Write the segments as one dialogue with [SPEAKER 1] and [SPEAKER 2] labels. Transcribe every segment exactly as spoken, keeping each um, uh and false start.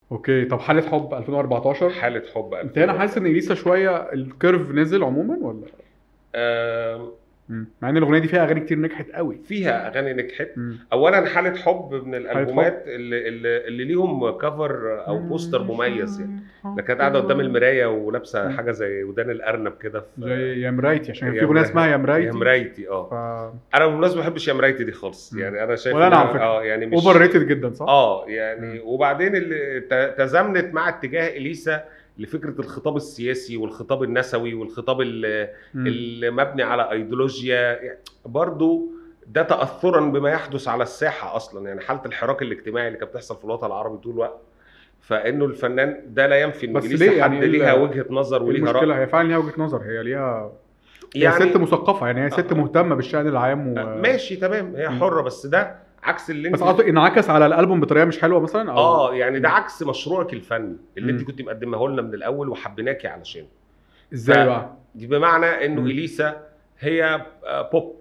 [SPEAKER 1] اوكي. طب حالة حب ألفين وأربعتاشر،
[SPEAKER 2] حالة حب
[SPEAKER 1] انت هنا حاسس ان اليسا شوية الكيرف نزل عموما ولا؟
[SPEAKER 2] آه
[SPEAKER 1] مم. مع ان الاغنية دي فيها اغاني كتير نجحت قوي.
[SPEAKER 2] فيها اغاني نجحت.
[SPEAKER 1] مم.
[SPEAKER 2] اولا حالة حب من الالبومات
[SPEAKER 1] حب.
[SPEAKER 2] اللي, اللي, اللي ليهم كفر او بوستر مميز يعني.
[SPEAKER 1] حب.
[SPEAKER 2] انا كانت قاعده قدام المرايه ولابسه
[SPEAKER 1] مم.
[SPEAKER 2] حاجه زي ودان الارنب كده
[SPEAKER 1] زي يا مرايتي، عشان في
[SPEAKER 2] يا
[SPEAKER 1] اغنية
[SPEAKER 2] مرا-
[SPEAKER 1] اسمها يا مرايتي.
[SPEAKER 2] يا مرايتي اه.
[SPEAKER 1] ف...
[SPEAKER 2] انا بالمناسبه ما بحبش يا مرايتي دي خالص
[SPEAKER 1] مم.
[SPEAKER 2] يعني. انا شايف
[SPEAKER 1] ولا انا
[SPEAKER 2] إنها-
[SPEAKER 1] على فكرة
[SPEAKER 2] اه يعني مش
[SPEAKER 1] اوفر ريتد جدا، صح؟
[SPEAKER 2] اه يعني. وبعدين اللي ت- تزامنت مع اتجاه اليسا لفكره الخطاب السياسي والخطاب النسوي والخطاب ال-
[SPEAKER 1] مم.
[SPEAKER 2] المبني على ايديولوجيا يعني. برضو ده تاثرا بما يحدث على الساحه اصلا يعني، حاله الحراك الاجتماعي اللي كانت بتحصل في الوطن العربي طول الوقت. فانه الفنان ده لا ينفي ان
[SPEAKER 1] بس
[SPEAKER 2] اليسا
[SPEAKER 1] ليه
[SPEAKER 2] حد
[SPEAKER 1] يعني؟ إيه
[SPEAKER 2] ليها
[SPEAKER 1] ال-
[SPEAKER 2] وجهه نظر
[SPEAKER 1] إيه
[SPEAKER 2] وليها
[SPEAKER 1] المشكلة؟
[SPEAKER 2] راي
[SPEAKER 1] هي فعلا ليها وجهة نظر، هي ليها هي
[SPEAKER 2] يعني.
[SPEAKER 1] ست مثقفة يعني، هي ست
[SPEAKER 2] آه.
[SPEAKER 1] مهتمة بالشأن العام و...
[SPEAKER 2] ماشي تمام، هي
[SPEAKER 1] مم.
[SPEAKER 2] حره، بس ده عكس اللي
[SPEAKER 1] بس
[SPEAKER 2] انت
[SPEAKER 1] قصدي انعكس على الالبوم بطريقة مش حلوة مثلا، او
[SPEAKER 2] اه يعني ده عكس مشروعك الفني اللي
[SPEAKER 1] مم.
[SPEAKER 2] انت كنت مقدمه لنا من الاول وحبيناكي علشان.
[SPEAKER 1] ازاي
[SPEAKER 2] ف-
[SPEAKER 1] بقى؟
[SPEAKER 2] دي بمعنى انه
[SPEAKER 1] مم.
[SPEAKER 2] اليسا هي آه، بوب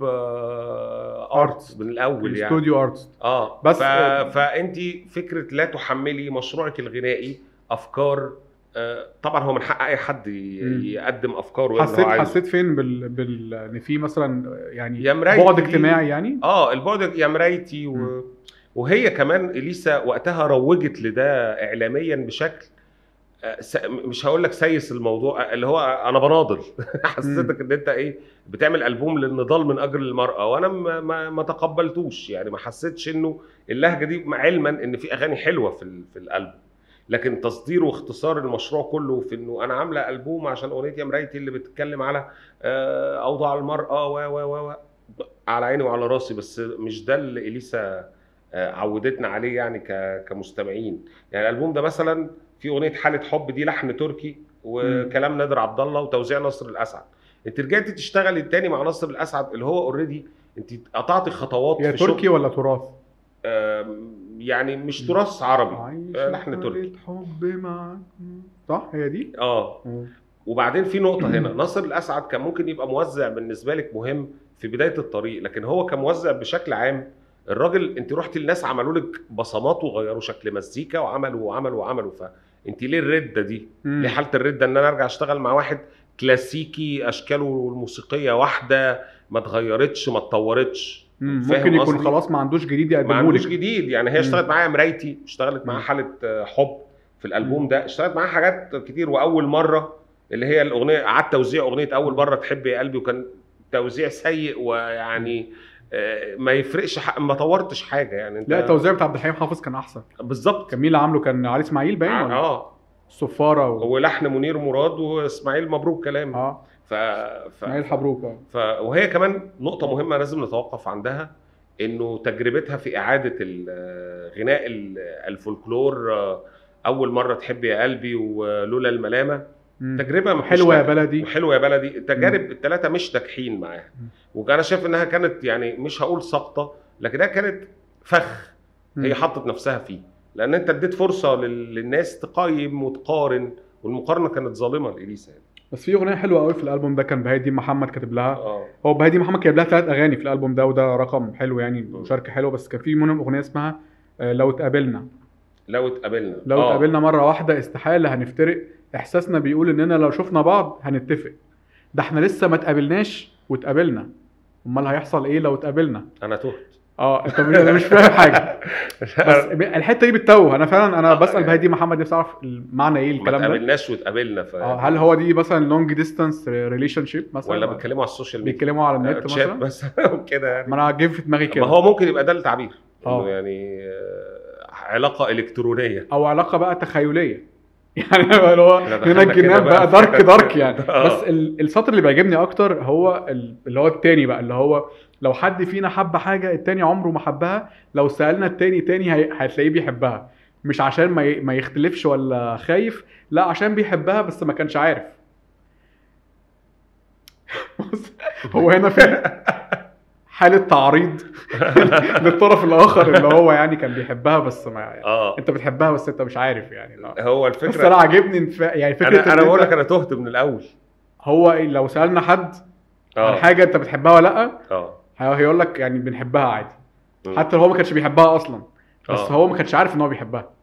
[SPEAKER 2] آه، ارت من الاول يعني.
[SPEAKER 1] استوديو ارتست.
[SPEAKER 2] اه
[SPEAKER 1] بس-
[SPEAKER 2] ف... فانت فكره لا تحملي مشروعك الغنائي افكار. آه، طبعا هو من حق اي حد ي-
[SPEAKER 1] مم.
[SPEAKER 2] يقدم افكاره ويعمل اللي
[SPEAKER 1] حسيت
[SPEAKER 2] هو عايزه.
[SPEAKER 1] حسيت فين بال بال ان في مثلا يعني
[SPEAKER 2] يا مرايتي
[SPEAKER 1] بعد
[SPEAKER 2] دي-
[SPEAKER 1] اجتماعي يعني؟
[SPEAKER 2] اه البعد يا مرايتي و...
[SPEAKER 1] مم.
[SPEAKER 2] وهي كمان اليسا وقتها روجت لده اعلاميا بشكل آه، س... مش هقول لك سيس الموضوع، آه، اللي هو انا بناضل. حسيتك ان انت ايه بتعمل البوم للنضال من اجل المراه، وانا ما, ما... ما تقبلتوش يعني. ما حسيتش انه اللهجه دي، مع علما ان في اغاني حلوه في ال... في الالبوم، لكن تصدير واختصار المشروع كله في انه انا عامله البوم عشان اغنيه يا مرايتي اللي بتتكلم على آه، اوضاع المراه و و و و على عيني وعلى راسي، بس مش ده اللي اليسا آه، عودتنا عليه يعني ك- كمستمعين. يعني الالبوم ده مثلا في اغنيه حاله حب دي لحن تركي وكلام نادر عبد الله وتوزيع نصر الاسعد. انت رجعتي تشتغلي التاني مع نصر الاسعد اللي هو اوريدي انت قطعتي خطوات
[SPEAKER 1] هي
[SPEAKER 2] في
[SPEAKER 1] تركي
[SPEAKER 2] شغل
[SPEAKER 1] ولا تراث؟
[SPEAKER 2] آم، يعني مش تراث عربي،
[SPEAKER 1] عايش
[SPEAKER 2] آه، لحن تركي
[SPEAKER 1] حالة حب معاك، صح هي دي؟
[SPEAKER 2] اه.
[SPEAKER 1] مم.
[SPEAKER 2] وبعدين في نقطة هنا، ناصر الأسعد كان ممكن يبقى موزع بالنسبة لك مهم في بداية الطريق، لكن هو كموزع بشكل عام الراجل انت رحت الناس عملوا لك بصمات وغيروا شكل مزيكا وعملوا وعملوا وعملوا، فانت ليه الردة دي؟
[SPEAKER 1] مم.
[SPEAKER 2] ليه حالة الردة ان انا ارجع اشتغل مع واحد كلاسيكي اشكاله الموسيقية واحدة ما اتغيرتش ما اتطورتش؟
[SPEAKER 1] مم.
[SPEAKER 2] فاهم
[SPEAKER 1] ممكن يكون
[SPEAKER 2] قصدي؟
[SPEAKER 1] خلاص ما عندوش جديد
[SPEAKER 2] ما
[SPEAKER 1] يقدمه
[SPEAKER 2] عندوش
[SPEAKER 1] لك.
[SPEAKER 2] جديد يعني. هي
[SPEAKER 1] مم.
[SPEAKER 2] اشتغلت معايا مرايتي، اشتغلت معاها
[SPEAKER 1] مم.
[SPEAKER 2] حالة آه، حب في الالبوم
[SPEAKER 1] مم.
[SPEAKER 2] ده، اشتغلت معاها حاجات كتير. واول مرة اللي هي الاغنيه قعدت توزيع اغنيه اول مره تحب يا قلبي، وكان توزيع سيء ويعني آه، ما يفرقش حق، ما طورتش حاجه يعني. انت
[SPEAKER 1] لا التوزيع بتاع عبد الحليم حافظ كان احسن.
[SPEAKER 2] بالظبط.
[SPEAKER 1] كان مين اللي عامله؟ كان علي اسماعيل باين ولا؟
[SPEAKER 2] اه
[SPEAKER 1] الصفاره و...
[SPEAKER 2] ولحن منير مراد واسماعيل مبروك كلام.
[SPEAKER 1] اه
[SPEAKER 2] ف... ف...
[SPEAKER 1] اسماعيل حبروك. اه
[SPEAKER 2] ف... وهي كمان نقطه مهمه لازم نتوقف عندها، انه تجربتها في اعاده ال- غناء ال- الفولكلور، آه، اول مره تحب يا قلبي ولولا الملامه،
[SPEAKER 1] مم.
[SPEAKER 2] تجربه مش
[SPEAKER 1] حلوه يا
[SPEAKER 2] ناجحة.
[SPEAKER 1] بلدي.
[SPEAKER 2] وحلوه يا بلدي، التجارب الثلاثه مش ناجحين معاها.
[SPEAKER 1] مم.
[SPEAKER 2] وانا شايف انها كانت يعني مش هقول سقطه، لكنها كانت فخ هي
[SPEAKER 1] مم.
[SPEAKER 2] حطت نفسها فيه، لان انت اديت فرصه لل- للناس تقيم وتقارن، والمقارنه كانت ظالمه لاليسا يعني.
[SPEAKER 1] بس في اغنيه حلوه قوي في الالبوم ده، كان بهادي محمد كاتب لها.
[SPEAKER 2] اه
[SPEAKER 1] هو بهادي محمد كاتب لها ثلاث اغاني في الالبوم ده، وده رقم حلو يعني،
[SPEAKER 2] مم.
[SPEAKER 1] مشاركه حلوه. بس كان في منهم اغنيه اسمها آه، لو اتقابلنا.
[SPEAKER 2] لو اتقابلنا
[SPEAKER 1] لو
[SPEAKER 2] آه.
[SPEAKER 1] اتقابلنا مره واحده استحاله هنفترق، احساسنا بيقول اننا لو شفنا بعض هنتفق، ده احنا لسه ما اتقابلناش واتقابلنا، امال هيحصل ايه لو اتقابلنا؟
[SPEAKER 2] انا تهت.
[SPEAKER 1] اه انت مش انا مش فاهم حاجه. بس الحته دي بتتوه. انا فعلا انا
[SPEAKER 2] آه،
[SPEAKER 1] بسال
[SPEAKER 2] يعني.
[SPEAKER 1] بهادي محمد نفسي اعرف المعنى ايه
[SPEAKER 2] ما
[SPEAKER 1] الكلام ده.
[SPEAKER 2] اتقابلناش واتقابلنا ف...
[SPEAKER 1] اه هل هو دي مثلا لونج ديستانس ريليشن شيب مثلا،
[SPEAKER 2] ولا بيتكلموا على السوشيال ميديا،
[SPEAKER 1] بيتكلموا على النت
[SPEAKER 2] آه، شات
[SPEAKER 1] مثلا؟
[SPEAKER 2] مثلا وكده يعني.
[SPEAKER 1] ما انا جه في دماغي
[SPEAKER 2] ما
[SPEAKER 1] كده.
[SPEAKER 2] هو ممكن يبقى ده التعبير،
[SPEAKER 1] آه.
[SPEAKER 2] انه يعني آه، علاقه الكترونيه
[SPEAKER 1] او علاقه بقى تخيليه. يعني اللي هو
[SPEAKER 2] إحنا
[SPEAKER 1] هنا
[SPEAKER 2] دخلنا
[SPEAKER 1] الجنان
[SPEAKER 2] كده
[SPEAKER 1] بقى
[SPEAKER 2] في
[SPEAKER 1] دارك
[SPEAKER 2] حتت-
[SPEAKER 1] دارك يعني.
[SPEAKER 2] آه.
[SPEAKER 1] بس ال- السطر اللي بيعجبني اكتر هو ال- اللي هو التاني بقى، اللي هو لو حد فينا حب حاجه التاني عمره ما حبها، لو سالنا التاني تاني هي- هتلاقيه بيحبها، مش عشان ما ي- ما يختلفش ولا خايف، لا عشان بيحبها بس ما كانش عارف. بص، هو هنا في حاله تعريض للطرف الاخر اللي هو يعني كان بيحبها بس ما يعني
[SPEAKER 2] اه
[SPEAKER 1] انت بتحبها بس انت مش عارف يعني. لا.
[SPEAKER 2] هو
[SPEAKER 1] بس انا
[SPEAKER 2] الفكره،
[SPEAKER 1] عاجبني انت فا- يعني فكره
[SPEAKER 2] انا انا
[SPEAKER 1] إن
[SPEAKER 2] بقول
[SPEAKER 1] أنت-
[SPEAKER 2] لك انا تهت من الاول.
[SPEAKER 1] هو إيه، لو سالنا حد عن
[SPEAKER 2] اه
[SPEAKER 1] حاجه انت بتحبها ولا لا،
[SPEAKER 2] اه
[SPEAKER 1] هيقول لك يعني بنحبها عادي،
[SPEAKER 2] مم.
[SPEAKER 1] حتى لو هو ما كانش بيحبها اصلا، بس
[SPEAKER 2] آه.
[SPEAKER 1] هو ما كانش عارف ان هو بيحبها.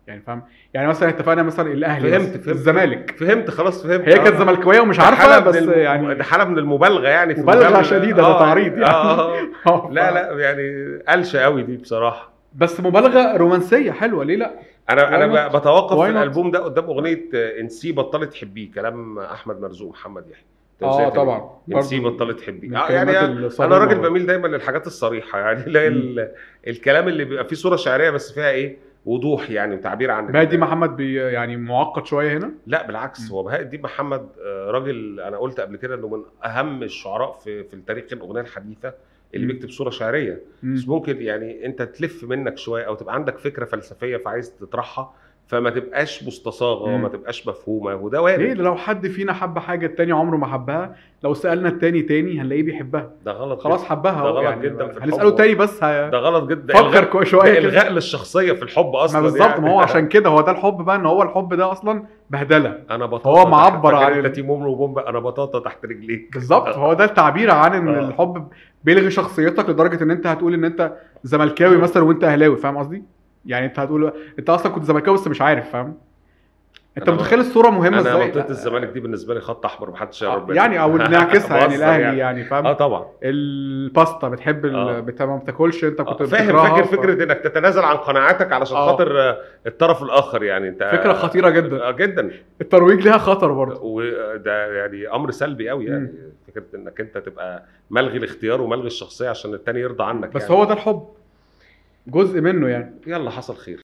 [SPEAKER 1] يعني فاهم. يعني مثلا اتفقنا مثلا الاهلي
[SPEAKER 2] فهمت
[SPEAKER 1] بس،
[SPEAKER 2] فهمت
[SPEAKER 1] الزمالك
[SPEAKER 2] فهمت خلاص فهمت.
[SPEAKER 1] هي كانت
[SPEAKER 2] آه.
[SPEAKER 1] زملكاويه ومش
[SPEAKER 2] ده
[SPEAKER 1] عارفه
[SPEAKER 2] حالة من
[SPEAKER 1] بس
[SPEAKER 2] الم...
[SPEAKER 1] يعني
[SPEAKER 2] ده حالة من المبالغه يعني في
[SPEAKER 1] مبالغه
[SPEAKER 2] مجاملة-
[SPEAKER 1] شديده، ده
[SPEAKER 2] آه
[SPEAKER 1] تعريض يعني.
[SPEAKER 2] آه آه.
[SPEAKER 1] آه،
[SPEAKER 2] لا
[SPEAKER 1] ف-
[SPEAKER 2] لا يعني قلشه قوي دي بصراحه.
[SPEAKER 1] بس مبالغه رومانسيه حلوه، ليه لا؟
[SPEAKER 2] انا
[SPEAKER 1] Why
[SPEAKER 2] انا ب-
[SPEAKER 1] not؟
[SPEAKER 2] بتوقف
[SPEAKER 1] Why
[SPEAKER 2] في
[SPEAKER 1] not؟
[SPEAKER 2] الالبوم ده قدام اغنيه انسي بطلت تحبيه، كلام احمد مرزوق محمد يحيى.
[SPEAKER 1] اه
[SPEAKER 2] توزيع
[SPEAKER 1] طبعا،
[SPEAKER 2] انسي
[SPEAKER 1] برضو
[SPEAKER 2] بطلت تحبيه.
[SPEAKER 1] من
[SPEAKER 2] اه يعني
[SPEAKER 1] الكلمات
[SPEAKER 2] انا
[SPEAKER 1] الصارمه
[SPEAKER 2] راجل
[SPEAKER 1] برضو.
[SPEAKER 2] بميل دايما للحاجات الصريحه يعني لا
[SPEAKER 1] مم.
[SPEAKER 2] ال... الكلام اللي بيبقى فيه صوره شعريه بس فيها ايه وضوح يعني وتعبير عن
[SPEAKER 1] بهاء الدين
[SPEAKER 2] ال...
[SPEAKER 1] محمد بي يعني معقد شويه هنا.
[SPEAKER 2] لا بالعكس،
[SPEAKER 1] مم.
[SPEAKER 2] هو بهاء الدين محمد آه، راجل انا قلت قبل كده انه من اهم الشعراء في في التاريخ الاغنيه الحديثه اللي
[SPEAKER 1] مم.
[SPEAKER 2] بيكتب صوره شعريه.
[SPEAKER 1] مم.
[SPEAKER 2] بس ممكن يعني انت تلف منك شويه او تبقى عندك فكره فلسفيه فعايز تطرحها فما تبقاش مستصاغه
[SPEAKER 1] مم.
[SPEAKER 2] وما تبقاش مفهومه، وده
[SPEAKER 1] ليه؟
[SPEAKER 2] وارد.
[SPEAKER 1] ده لو حد فينا حب حاجه التاني عمره ما حبها، لو سالنا التاني تاني هنلاقيه بيحبها.
[SPEAKER 2] ده غلط
[SPEAKER 1] خلاص
[SPEAKER 2] جدا.
[SPEAKER 1] حبها
[SPEAKER 2] ده
[SPEAKER 1] اهو
[SPEAKER 2] غلط
[SPEAKER 1] يعني،
[SPEAKER 2] جدا في
[SPEAKER 1] هنساله
[SPEAKER 2] الحب.
[SPEAKER 1] تاني بس ه...
[SPEAKER 2] ده غلط جدا.
[SPEAKER 1] فكر
[SPEAKER 2] إلغاء-
[SPEAKER 1] كوي- شويه
[SPEAKER 2] ده
[SPEAKER 1] كده.
[SPEAKER 2] الغاء للشخصيه في الحب اصلا
[SPEAKER 1] ما بالظبط،
[SPEAKER 2] يعني.
[SPEAKER 1] ما هو عشان كده هو ده الحب بقى، ان هو الحب ده اصلا بهدله.
[SPEAKER 2] انا بطاطا
[SPEAKER 1] هو معبر
[SPEAKER 2] تحت...
[SPEAKER 1] عن
[SPEAKER 2] فاكر
[SPEAKER 1] ال-
[SPEAKER 2] انت تيمون وبومبا، انا بطاطا تحت رجليك.
[SPEAKER 1] بالظبط، هو ده التعبير عن ان
[SPEAKER 2] آه.
[SPEAKER 1] الحب بيلغي شخصيتك لدرجه ان انت هتقول ان انت زملكاوي مثلا وانت اهلاوي، فاهم قصدي؟ يعني انت هتقول انت اصلا كنت زملكاوي بس مش عارف، فاهم؟ انت
[SPEAKER 2] أنا
[SPEAKER 1] متخيل الصوره مهمه
[SPEAKER 2] انا
[SPEAKER 1] ازاي؟
[SPEAKER 2] منطقه الزمالك دي بالنسبه لي خط احمر محدش
[SPEAKER 1] آه،
[SPEAKER 2] يقرب منها.
[SPEAKER 1] يعني او نعكسها يعني
[SPEAKER 2] بهزر
[SPEAKER 1] الاهلي
[SPEAKER 2] يعني.
[SPEAKER 1] يعني فاهم.
[SPEAKER 2] اه طبعا.
[SPEAKER 1] الباستا بتحب ال...
[SPEAKER 2] آه.
[SPEAKER 1] بت... ما بتاكلش، انت كنت
[SPEAKER 2] آه، فاهم.
[SPEAKER 1] بتكرهها،
[SPEAKER 2] فاكر
[SPEAKER 1] ف-
[SPEAKER 2] فكره انك تتنازل عن قناعاتك علشان
[SPEAKER 1] آه.
[SPEAKER 2] خاطر آه، الطرف الاخر يعني انت.
[SPEAKER 1] فكره خطيره جدا.
[SPEAKER 2] آه، جدا.
[SPEAKER 1] الترويج ليها خطر برضه.
[SPEAKER 2] وده يعني امر سلبي قوي يعني. فكره انك انت تبقى ملغي الاختيار وملغي الشخصيه عشان التاني يرضى عنك
[SPEAKER 1] بس
[SPEAKER 2] يعني.
[SPEAKER 1] هو ده الحب، جزء منه يعني.
[SPEAKER 2] يلا حصل خير.